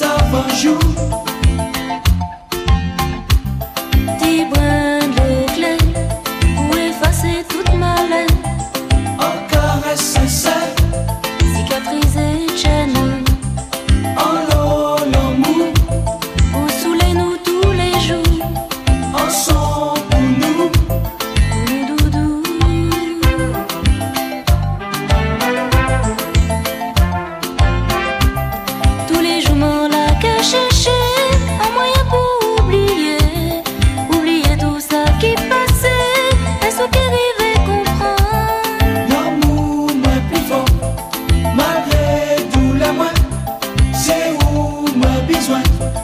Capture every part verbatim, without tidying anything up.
avant jour. Des brins de clé pour effacer toute malaise. En caresse sincère, Cicatriser chez nous. en l'eau l'amour, Pour saouler nous tous les jours. en son pour nous. Pour nous doudou. Tous les jours m'en l'a qu'à chercher un moyen pour oublier. Oublier tout ça qui passait. Et ce qui arrivait comprendre. L'amour moins plus fort, malgré tout la moins, c'est où moins besoin.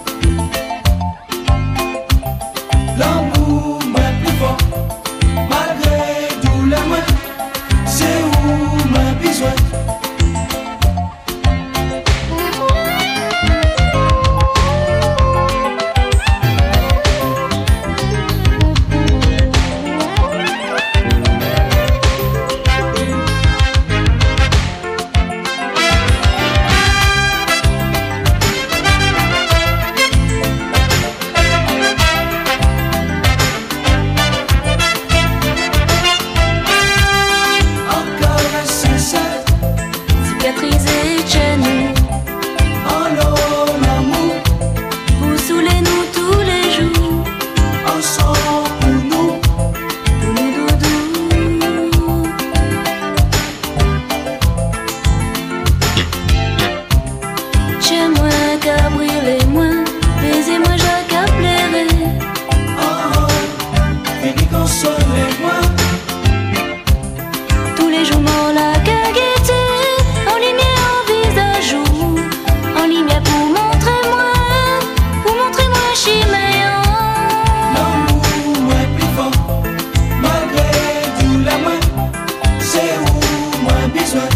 L'amour moins plus fort, malgré tout la moins, c'est où moins besoin. En caresse sincère, Cicatriser chez nous. en l'eau l'amour, Pour saouler nous tous les jours. en son pour nous. Pour nous doudou. Chez moi qu'à brûler moins. Baiser moi j'ai qu'à plairer. Ah, fini consolez-moi. Tous les jours m'en la qu'à guetter. En lumière en visage jour. En lumière pour montrer moi. Pour montrer moi chiméant. L'amour moins plus fort, malgré tout la moins, c'est où moins besoin.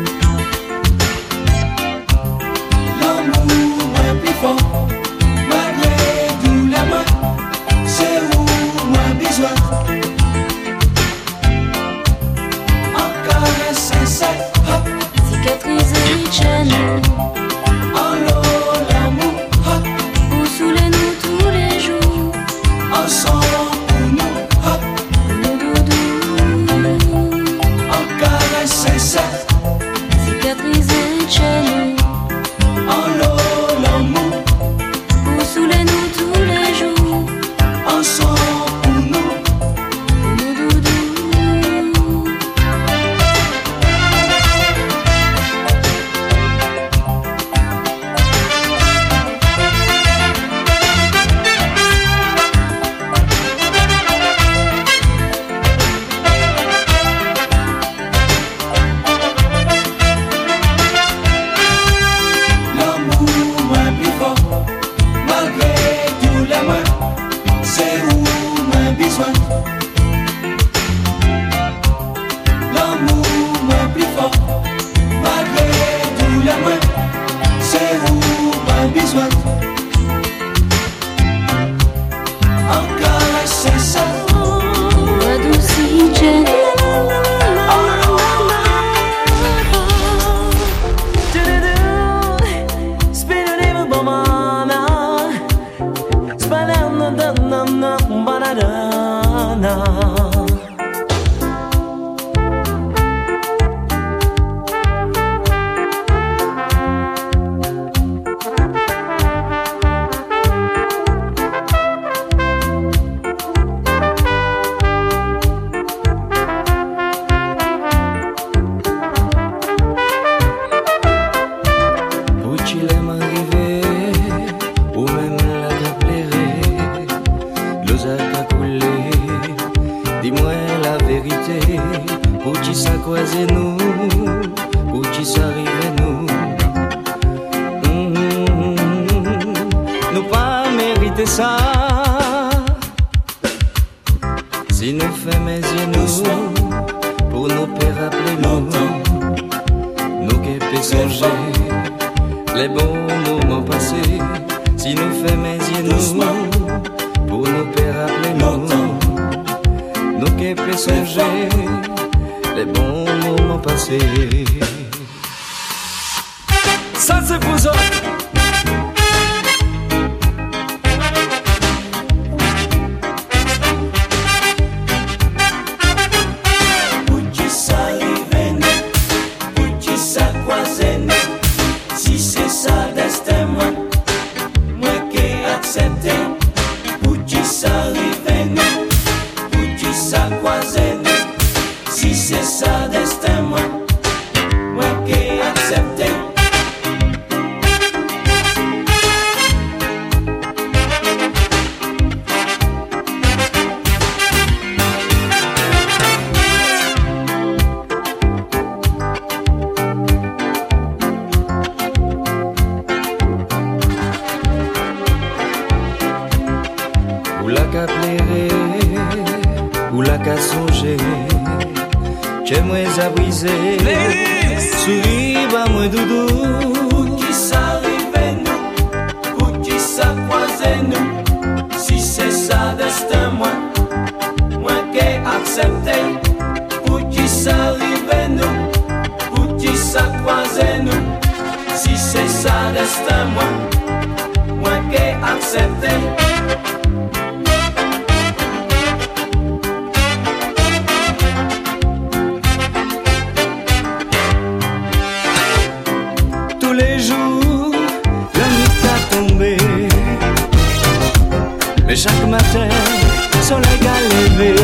L'amour moins plus fort, malgré tout la moins, c'est où moins besoin. En caresse sincère, hop, Cicatriser chez nous. en l'eau l'amour, hop, Pour saouler nous tous les jours. ensemble pour nous, hop, Pour nous doudou. en caresse sincère. Cicatriser chez nous. En l'eau l'amour, Pour saouler nous tous les jours. ensemble pour nous. Pour nous doudou. L'amour moins plus fort, malgré tout la moins, c'est où moins besoin. L'amour moins plus fort, malgré tout la moins, c'est où moins besoin. En caresse sincère, Adouci Jenny. Où tu l'aimes arriver, ou même la caplérer, l'osa qu'a coulé, dis-moi la vérité, où tu ça croiser nous, où tu ça arriver nous. Mm-hmm. Nous pas mériter ça, si nous fait mes yeux nous, pour nous faire rappeler nous, nous qui peut songer. Les bons moments passés, si nous fait mes yeux nous, pour nous faire rappeler nous, nous qui peut songer, les bons moments passés. Ça c'est pour ça. ka plere ou la ka sonje que moi a brisé souri ba moi doudou Pour qui ça arrive nous, pour qui ça croise nous. Si c'est ça destin moi, moi qui accepté. Pour qui ça arrive nous, pour qui ça croise nous. Si c'est ça destin moi, moi qui accepté. tous les jours la nuit a tombé mais chaque matin soleil a levé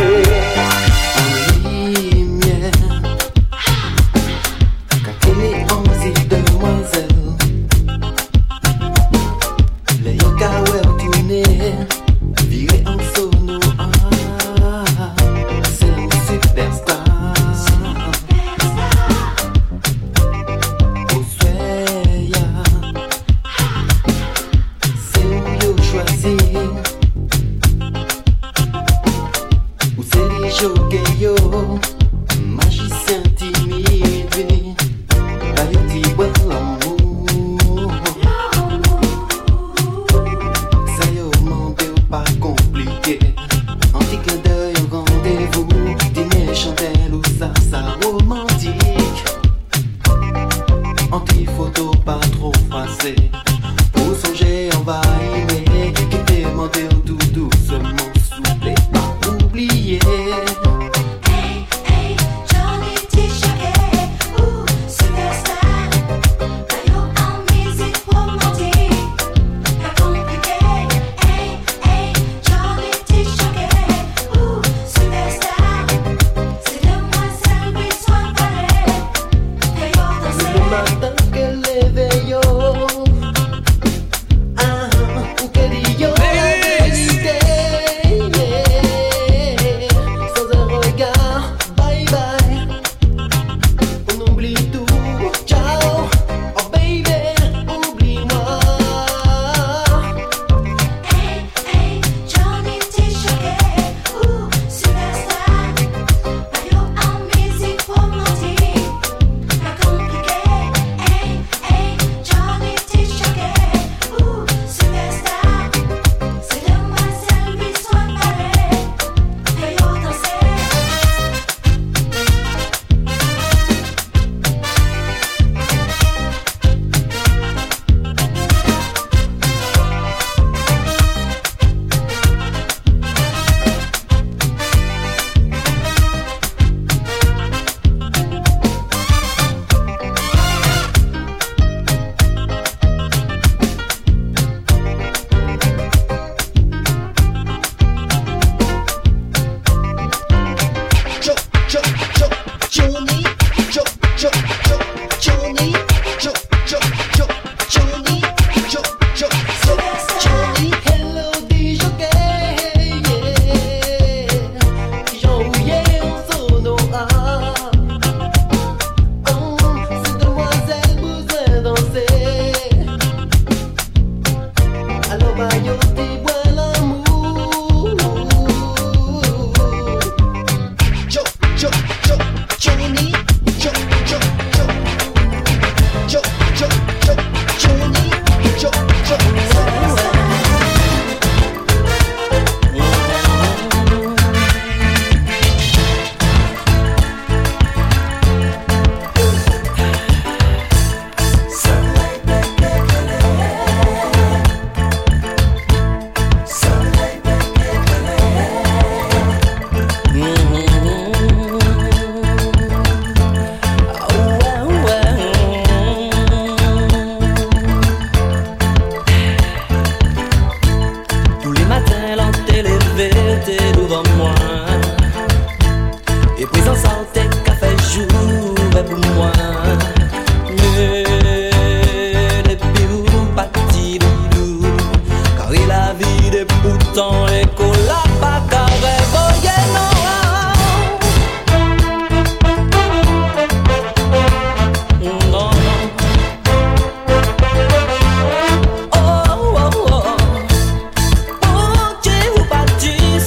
Oh, oh, oh. Oh, Dieu, ou pas Dieu.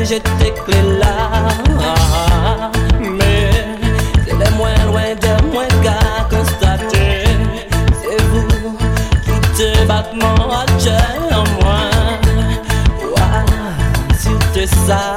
et j'étais clé là. Mais c'est le moins loin de moi qu'à constater. C'est vous qui te battement à Dieu en moi. Ouais, c'était ça.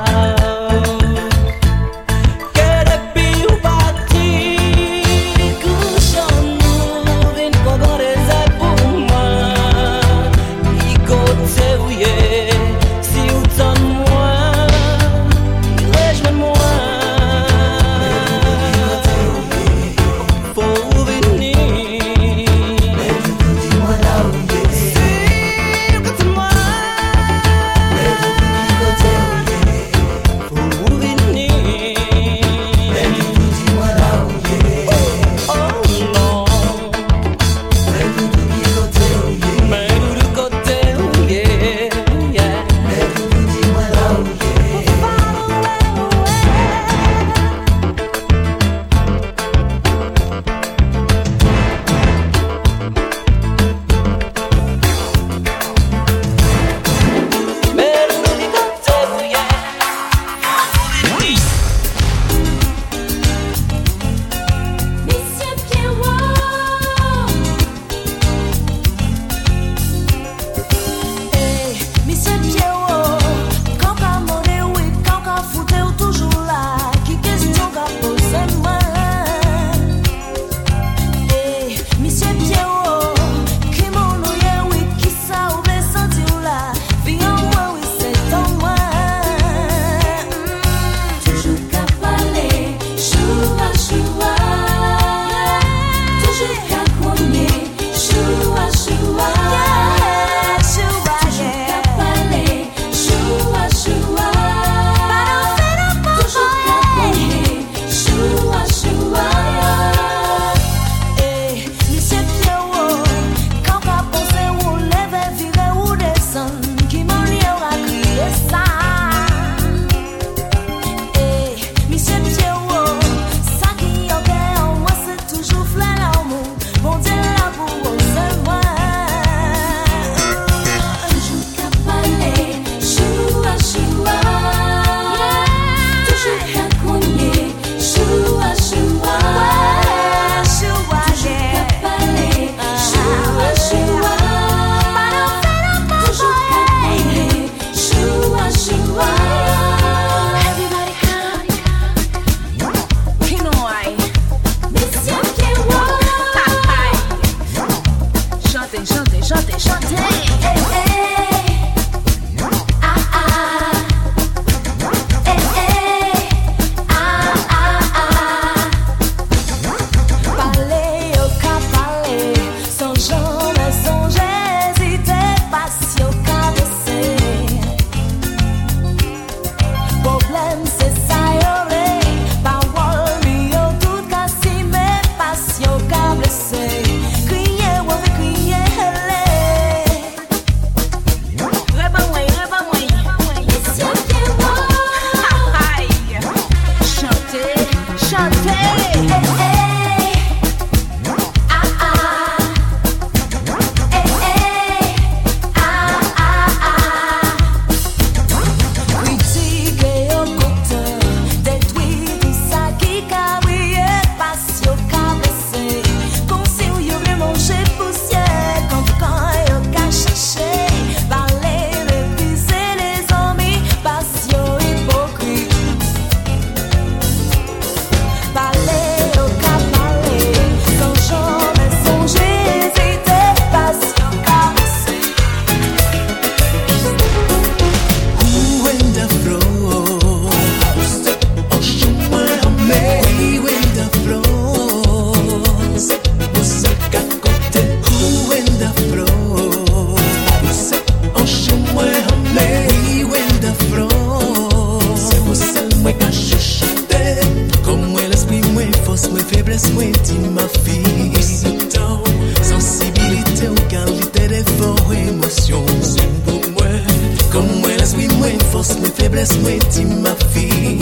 Faiblesse, moi, dis ma fille.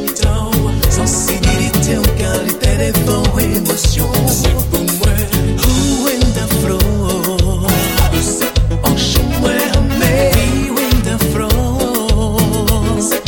Sensibilité en qualité de vos émotions. Pour moi, who in the floor? En chemin, mais who in the floor?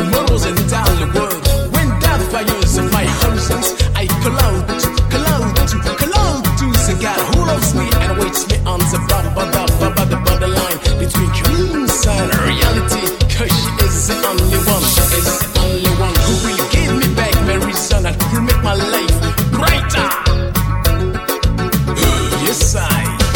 for morals and down the world. When that fires of my horizons, I call out, call out, call out to the God who loves me and waits me on the bottom, bottom, bottom, the borderline between dreams and reality. Cause she is the only one, she is the only one who will give me back my reason and will make my life brighter. Yes, I.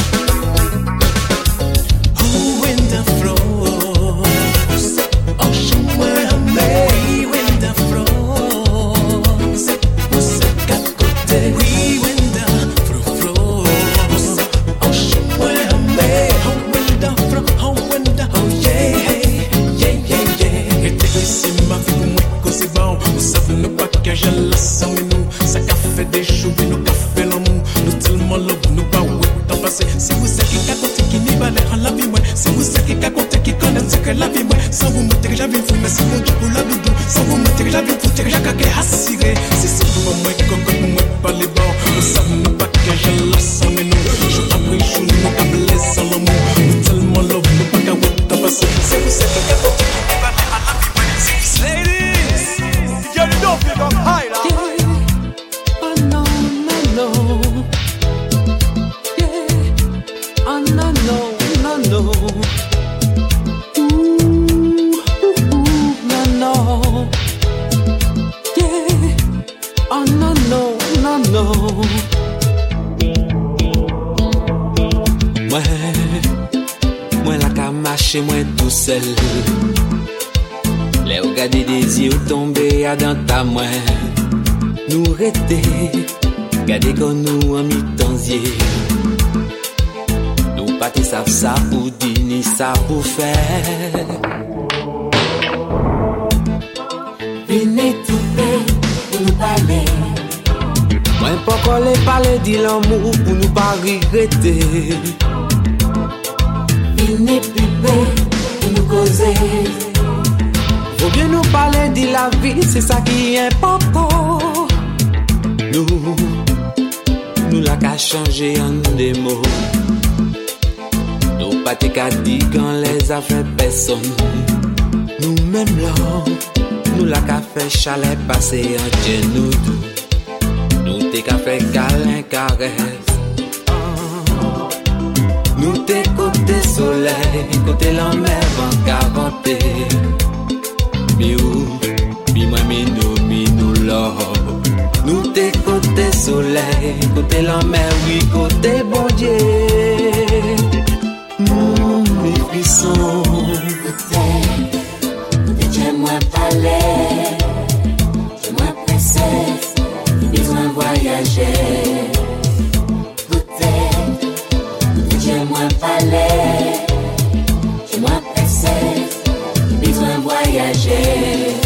C'est ça qui est important. Nous, nous la qu'à changer en des mots. Nous pas t'es qu'à dire quand les affaires personne. Nous-mêmes là, nous la qu'à faire chalet passer en Dieu nous deux. Nous t'es qu'à faire câlin caresse. Nous t'es côté soleil, côté la mer, en quaranté. Miou. Bi moi mi nous, mi nous love. Nous t'es côté soleil, côté la mer, oui, côté bon Dieu. Nous, mes frissons. Côté, côté Dieu, moi palais. Dieu, moi princesse, besoin voyager. Côté, côté Dieu, moi palais. Dieu, moi princesse, besoin voyager.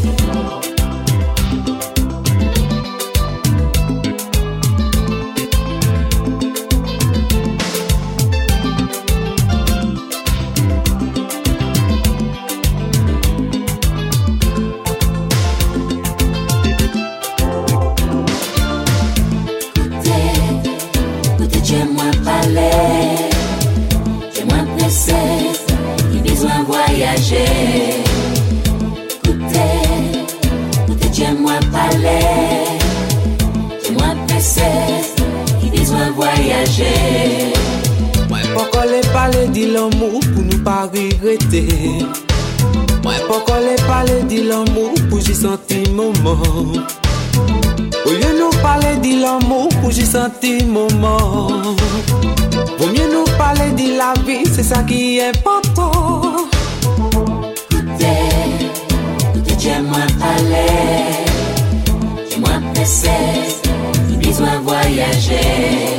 Moi pas les parler de l'amour pour nous pas regretter. Moi pas les parler de l'amour pour j'y sentir moment. Au lieu nous parler de l'amour pour j'y sentir moment. Vaut mieux nous parler de la vie, c'est ça qui est important. Écoutez, écoutez, Dieu-moi parler. Dieu-moi princesse, besoin voyager.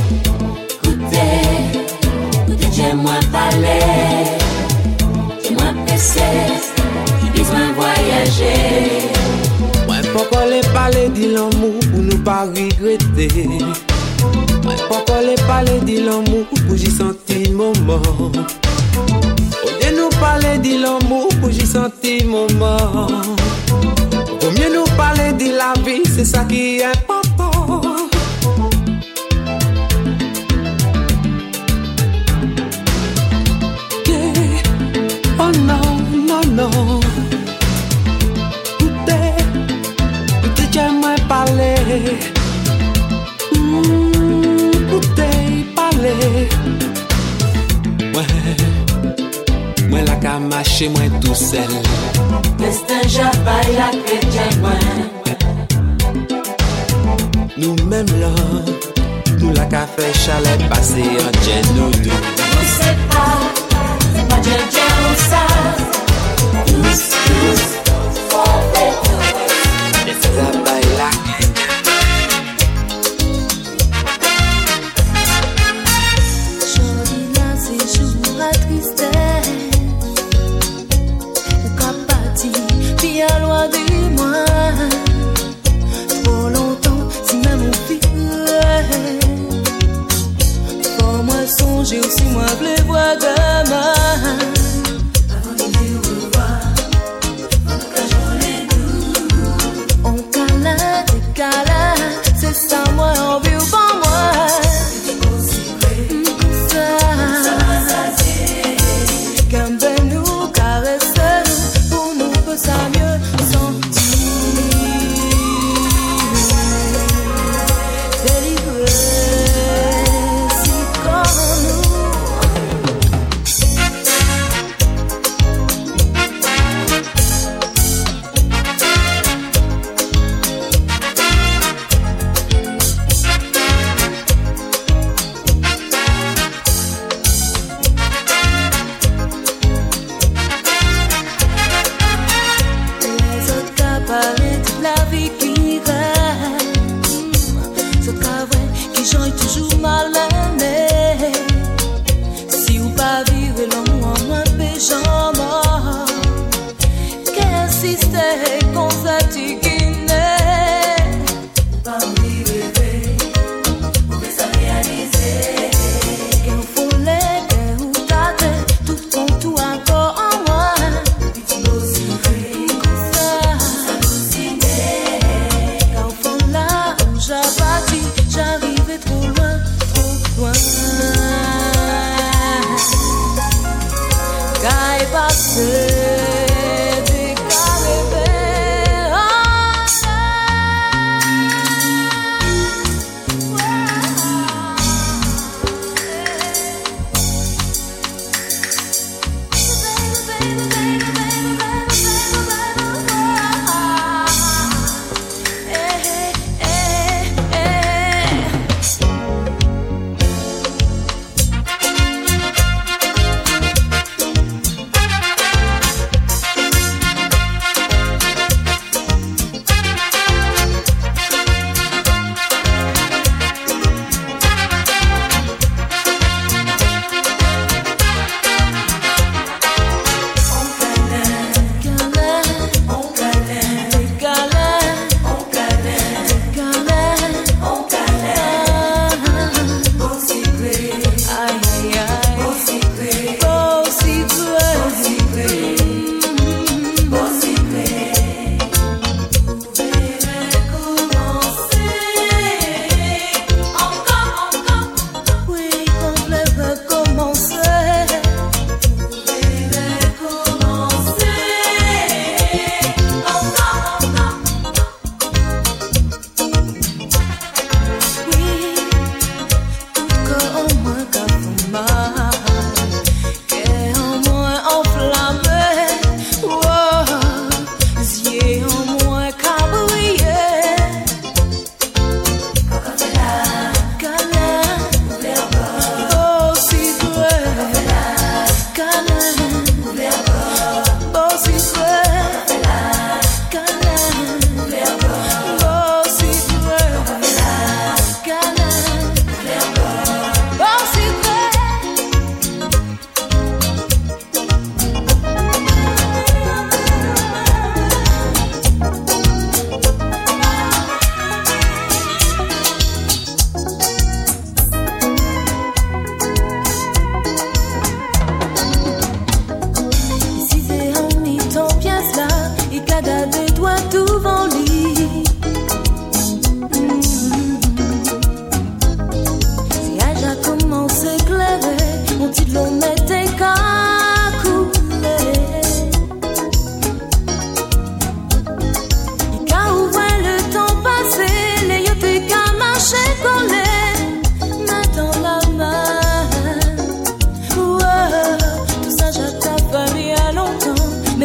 J'aime-moi parler, j'aime-moi princesse, j'ai besoin de voyager. Moi, pourquoi les parler de l'amour pour nous pas regretter? Moi, pourquoi les parler de l'amour pour j'y sentir moment? Au lieu de nous parler de l'amour pour j'y sentir moment. Vaut mieux nous parler de la vie, c'est ça qui est important. Oh non, non, non. Moi la ka marcher moi tout seul. Destin j'appelle la chrétien moi. Nous même là, nous la ka fait chalet passer en jet nous deux. Nous c'est pas, c'est pas jet jet ou ça. Tous, tous, on fait tout. Destin j'appelle la J'ai aussi moi les voix demain. Avant de dire au revoir, en tout cas j'en ai nous. On câlin, décalin, c'est ça moi en vie ou pas moi. C'est possible, ça, ça c'est. Gambez nous, caressez nous, pour nous que ça mieux sentir. Délivré.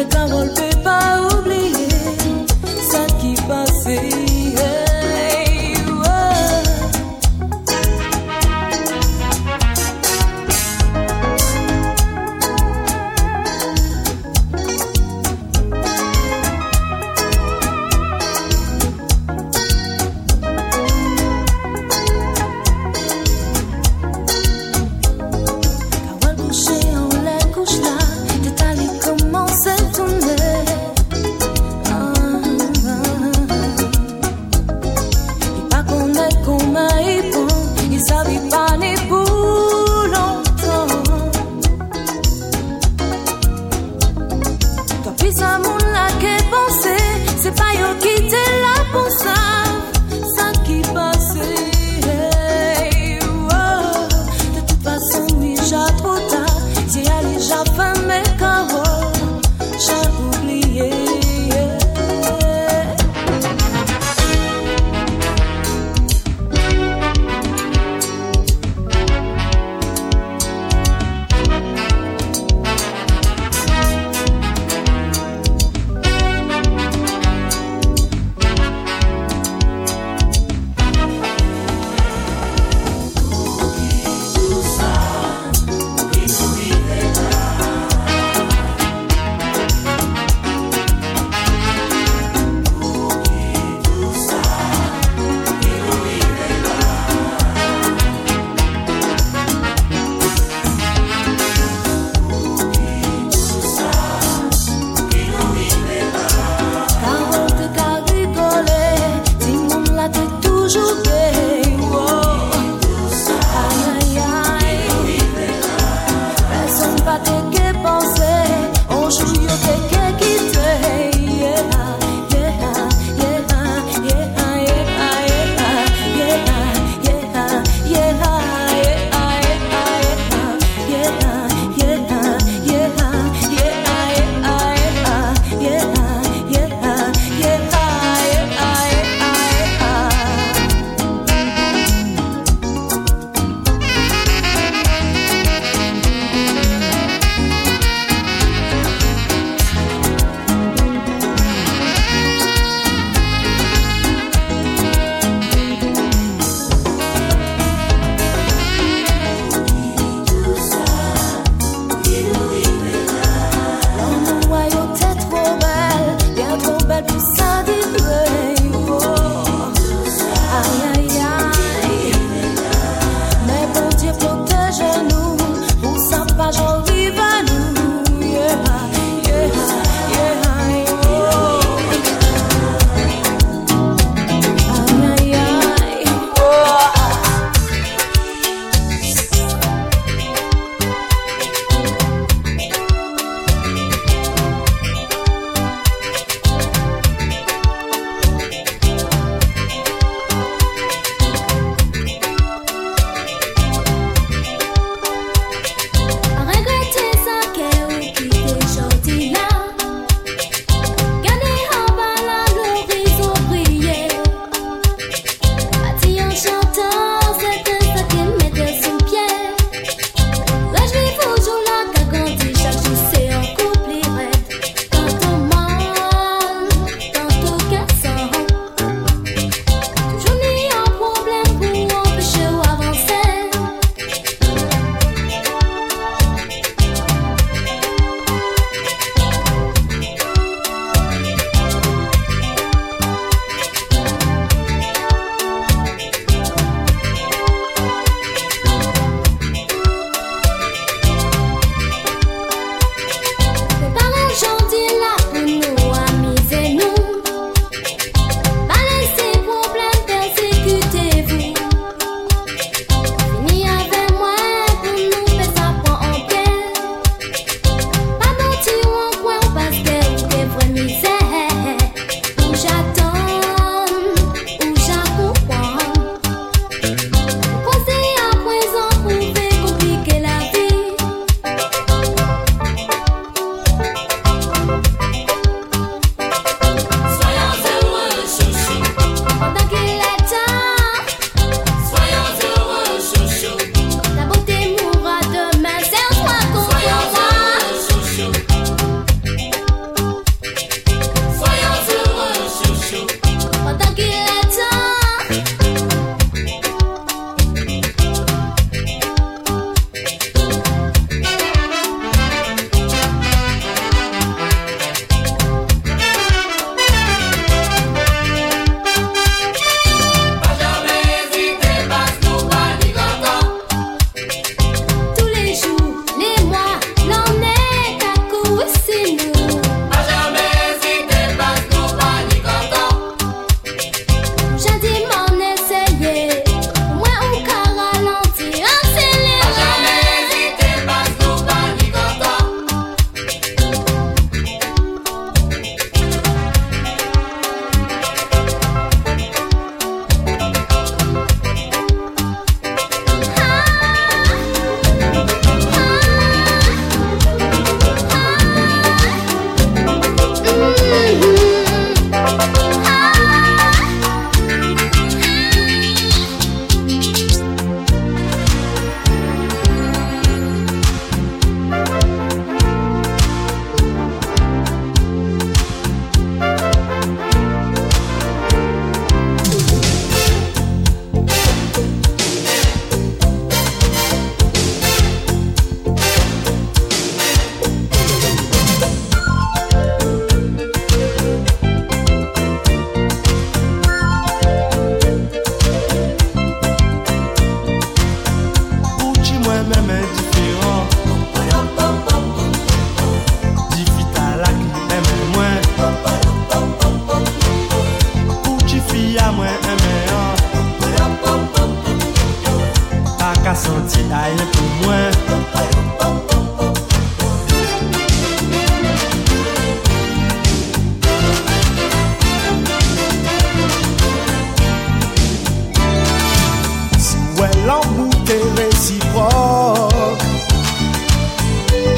mais parole peut pas oublier ça qui passait. Hey, oh. Quand elle couchait, on la couche là, t'es allé commencer à tourner.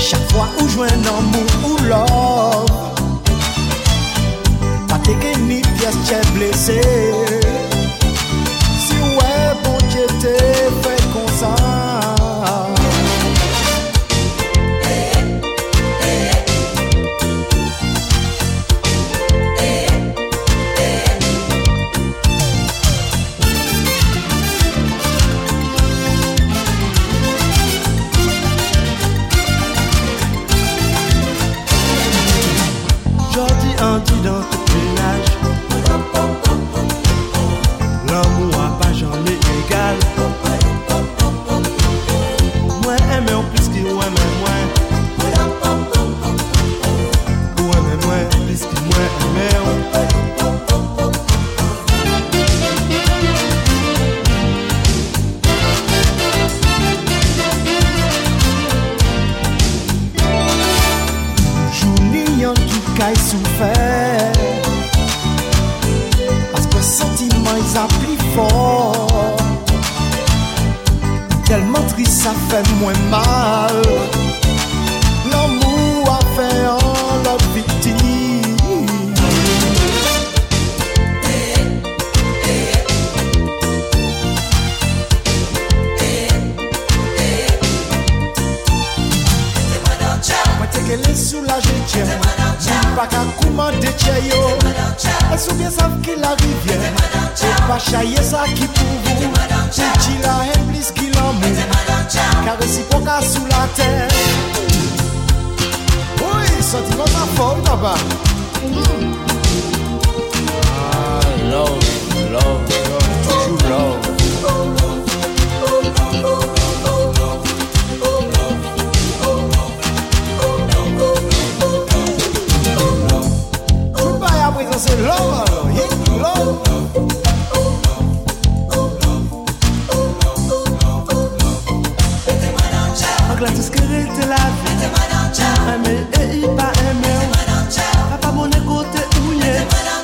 Chaque fois où je un amour ou love, pas te ni pièce t'es blessé. Si ouais bon Dieu t'es fait comme ça. Dans tout ménage, l'amour a pas jamais égal. Moi aimer en plus qu'il ouais mais moi, ouais mais moi plus qu'il moi aimer. Jounion qui caille souffert. A plus fort, tellement triste ça fait moins mal. L'amour a fait en l'autre victime. Moi t'es qu'elle est soulagée, tiens. Pas qu'à commander tiens yo. Elle sou bien savent qu'il arrive. C'est pas chailler ça qui pour vous. C'est qui la haine plus qu'il l'amour. Car si pour qu'à sous la terre. Oui, sentiment ça folle là-bas. Ah, love, love, love, toujours love. C'est love, yeah, love. Anglais tout ce que était la vie. Aimer et il pas aimer. Papa mon côté ouillé.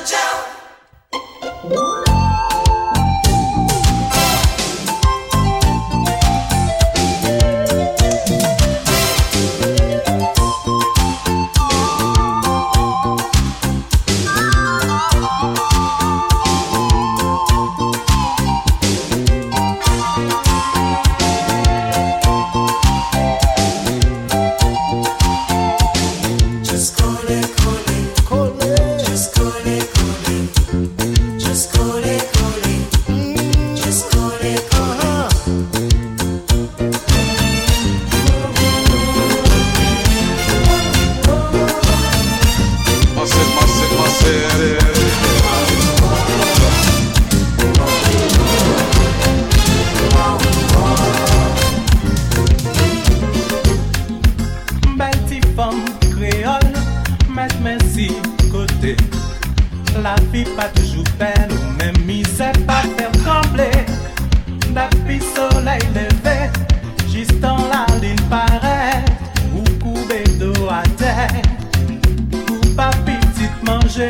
La vie pas toujours belle, ou même misère pas faire trembler. Depuis soleil levé, juste dans la ligne paraît, ou couper d'eau à terre, ou pas petite manger.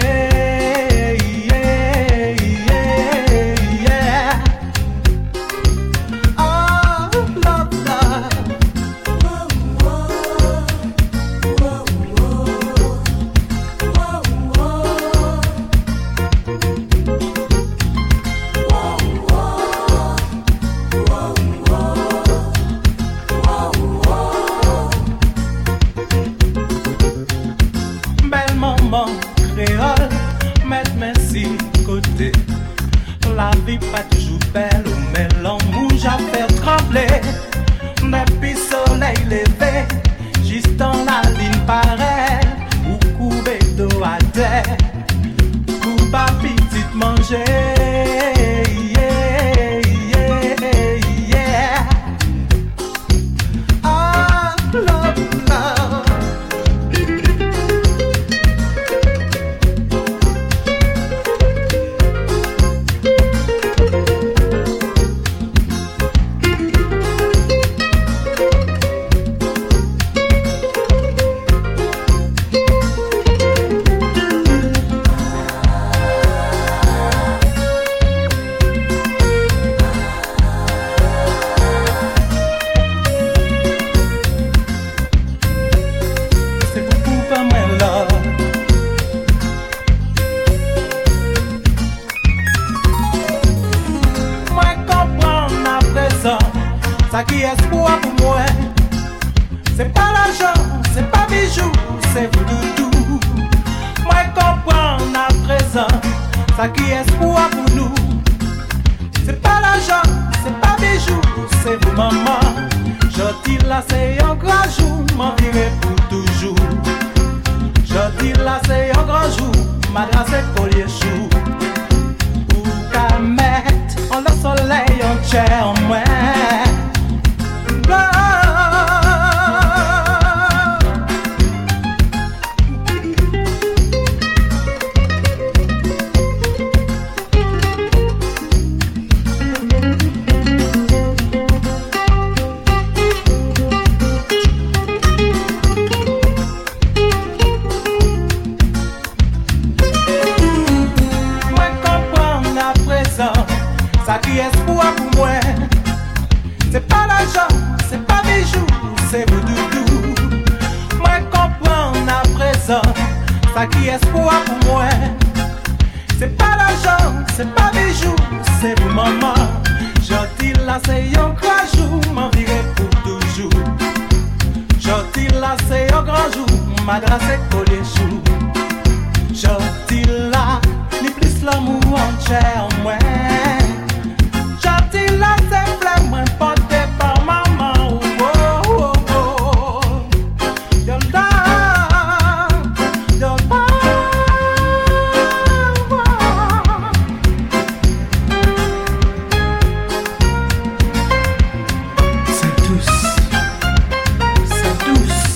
Yeah, yeah, yeah. Oh, love, love. La vie pas toujours belle, mais l'amour j'ai fait trembler. Depuis soleil levé, juste dans la ligne paraît, ou couper d'eau à terre, ou pas petite manger. Yeah, yeah, yeah. Ah, love, love. C'est pas l'argent, c'est pas bijoux, c'est vous doudou. Moi comprends à présent, ça qui est espoir pour nous. C'est pas l'argent, c'est pas bijoux, c'est vous maman. Je dis là c'est un grand jour, m'en virer pour toujours. Je dis là c'est un grand jour, ma grâce est collier chou. Ou qu'à mettre en le soleil en chair en moi. Ça qui est espoir pour moi. C'est pas l'argent, c'est pas bijoux, c'est vous doudou. Moi comprends à présent, ça qui est espoir pour moi. C'est pas l'argent, c'est pas bijoux, c'est vous maman. Je dis là c'est un grand jour, m'en virer pour toujours. Je dis là c'est un grand jour, ma grâce est collée chou. Je dis là, ni plus l'amour en chair en moi. J'attends là, c'est plein, moi, porté par maman. Oh, oh, oh, oh. You're down, you're down. C'est douce, c'est douce.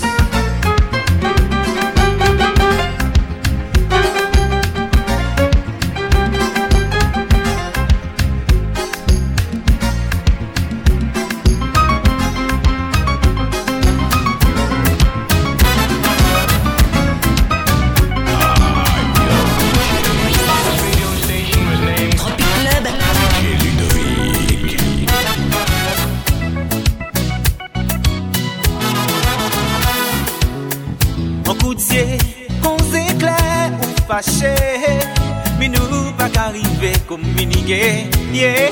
Mais nous pas qu'arriver communiquer, yeah.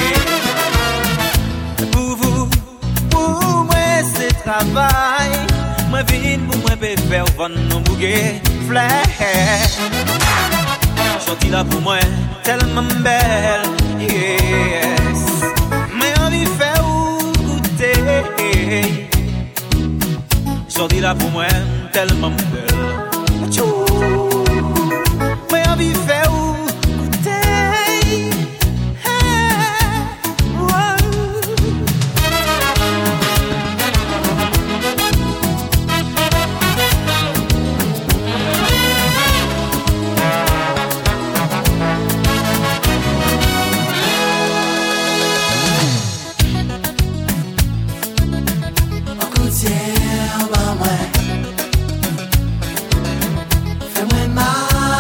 Pour vous, pour moi c'est travail. Moi vine pour moi peut faire vendre nos bouquets fleurs. Chantier là pour moi tellement belle, yes. Mais envie faire ou goûter. Chantier là pour moi tellement belle. Tchou. Envie faire ou goûter, oh. En goûtière, bah ouais. Fais-moi mal.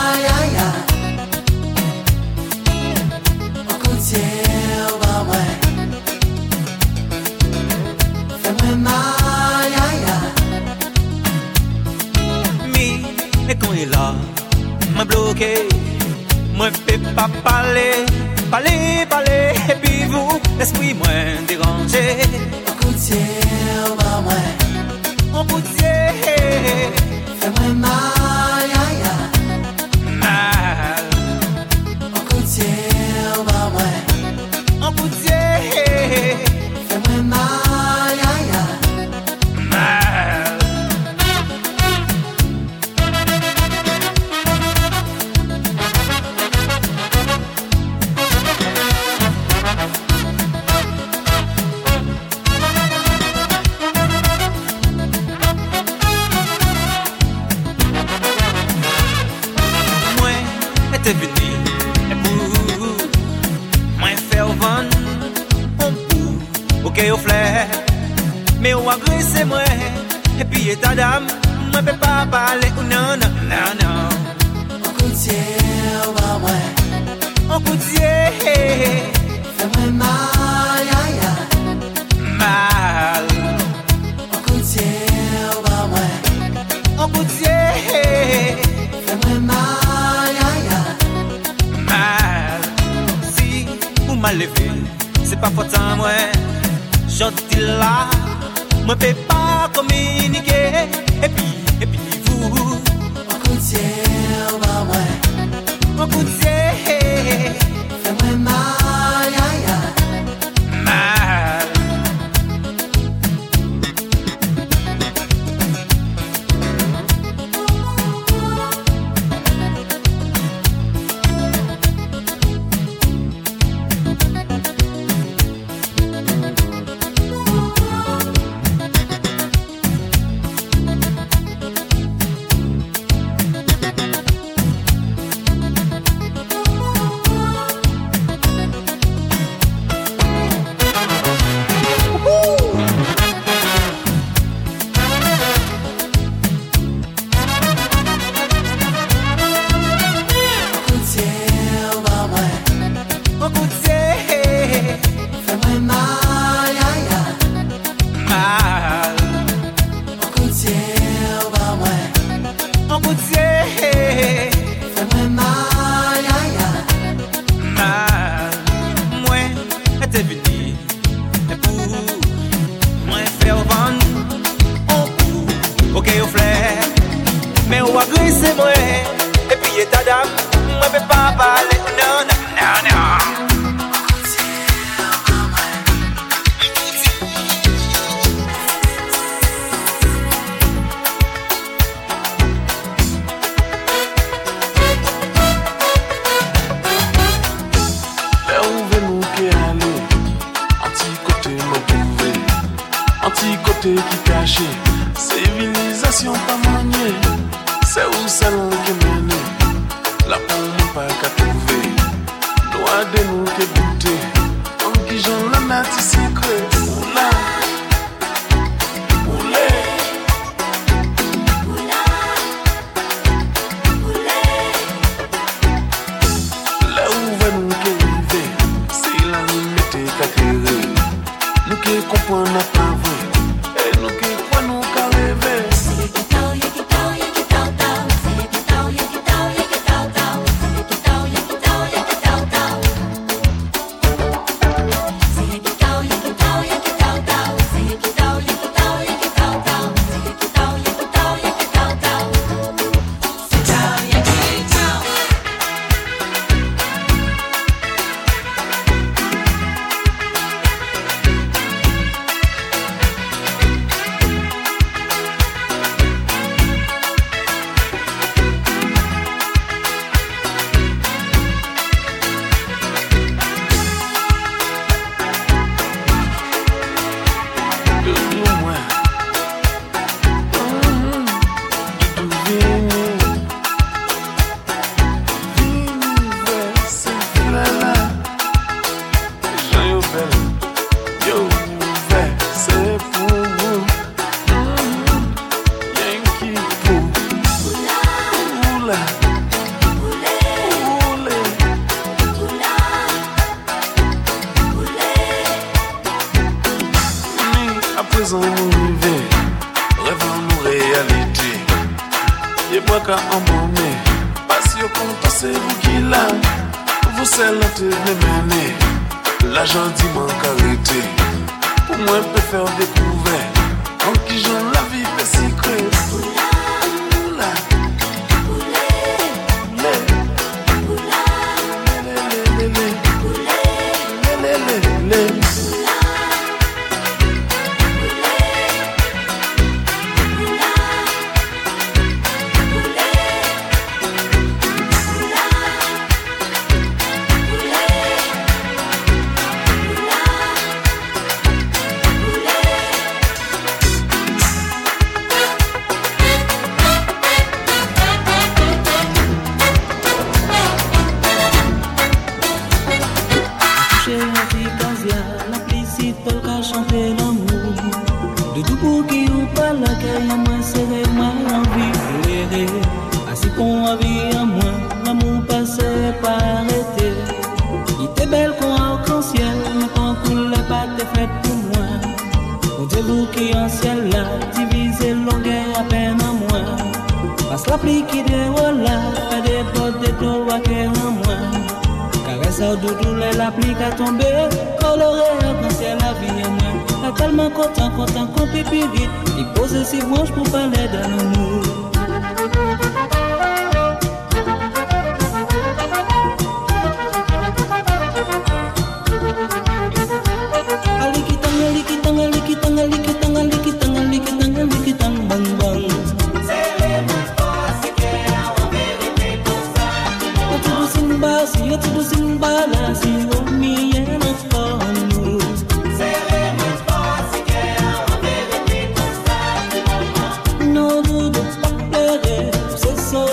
Moi bloqué, moi peux pas parler, parler, parler, et puis vous, l'esprit moins dérangé. En gouttière, bah ouais. En gouttière, fais-moi mal, ya ya. Mal. En gouttière, bah ouais. En gouttière, fais-moi mal, ya ya. Mal. T'es venu et pour moi faire vendre on pour ok au flair mais on agresse moi et puis ta dame moi peut pas parler ou non non non non en gouttière bah ouais en gouttière fais-moi mal ya ya mal en gouttière bah ouais en gouttière fais-moi mal mal levé, c'est pas faute à moi. J'en dis là, moi peux pas commis ok au flair. Mais on va grisser moi, et puis ta dame, moi peux pas parler, non, non, non, non. Côté qui caché, civilisation pas maniée, c'est où ça l'on qui mène, la pomme pas qu'à trouver, doigt de nous qui goûter, en qui j'en la nati secret, oula, oulé, oula, oulé, là où va nous qui arriver, c'est là nous mettez qu'à tirer, nous qui comprenons pas vrai. So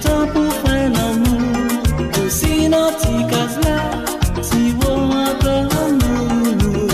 temps pour faire l'amour. Aussi dans petit case là, si vous encore nous.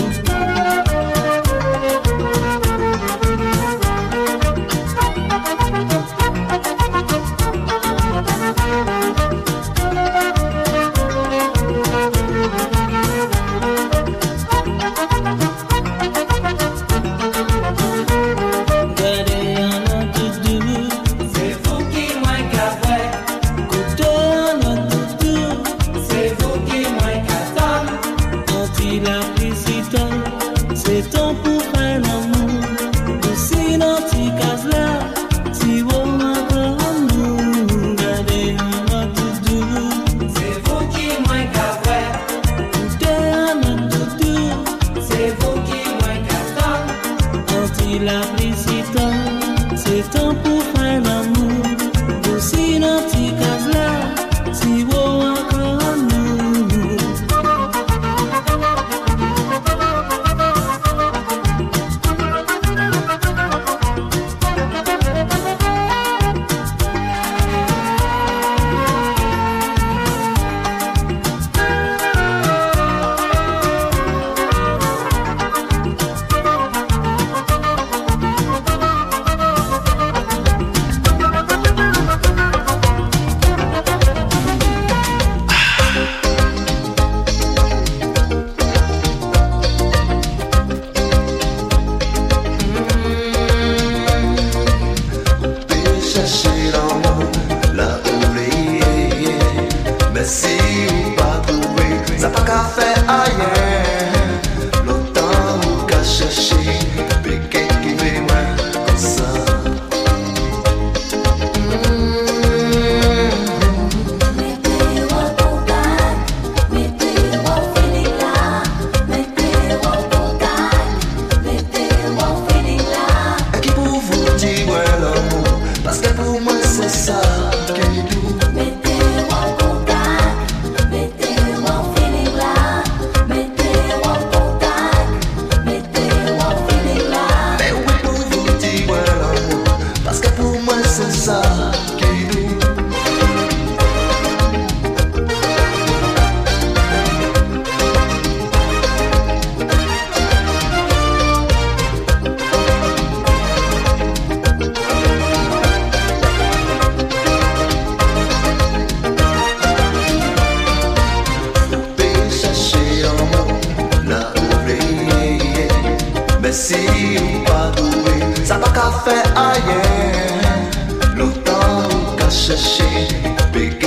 Si ou pas doué, ça pas qu'à faire ailleurs. L'autant qu'à chercher.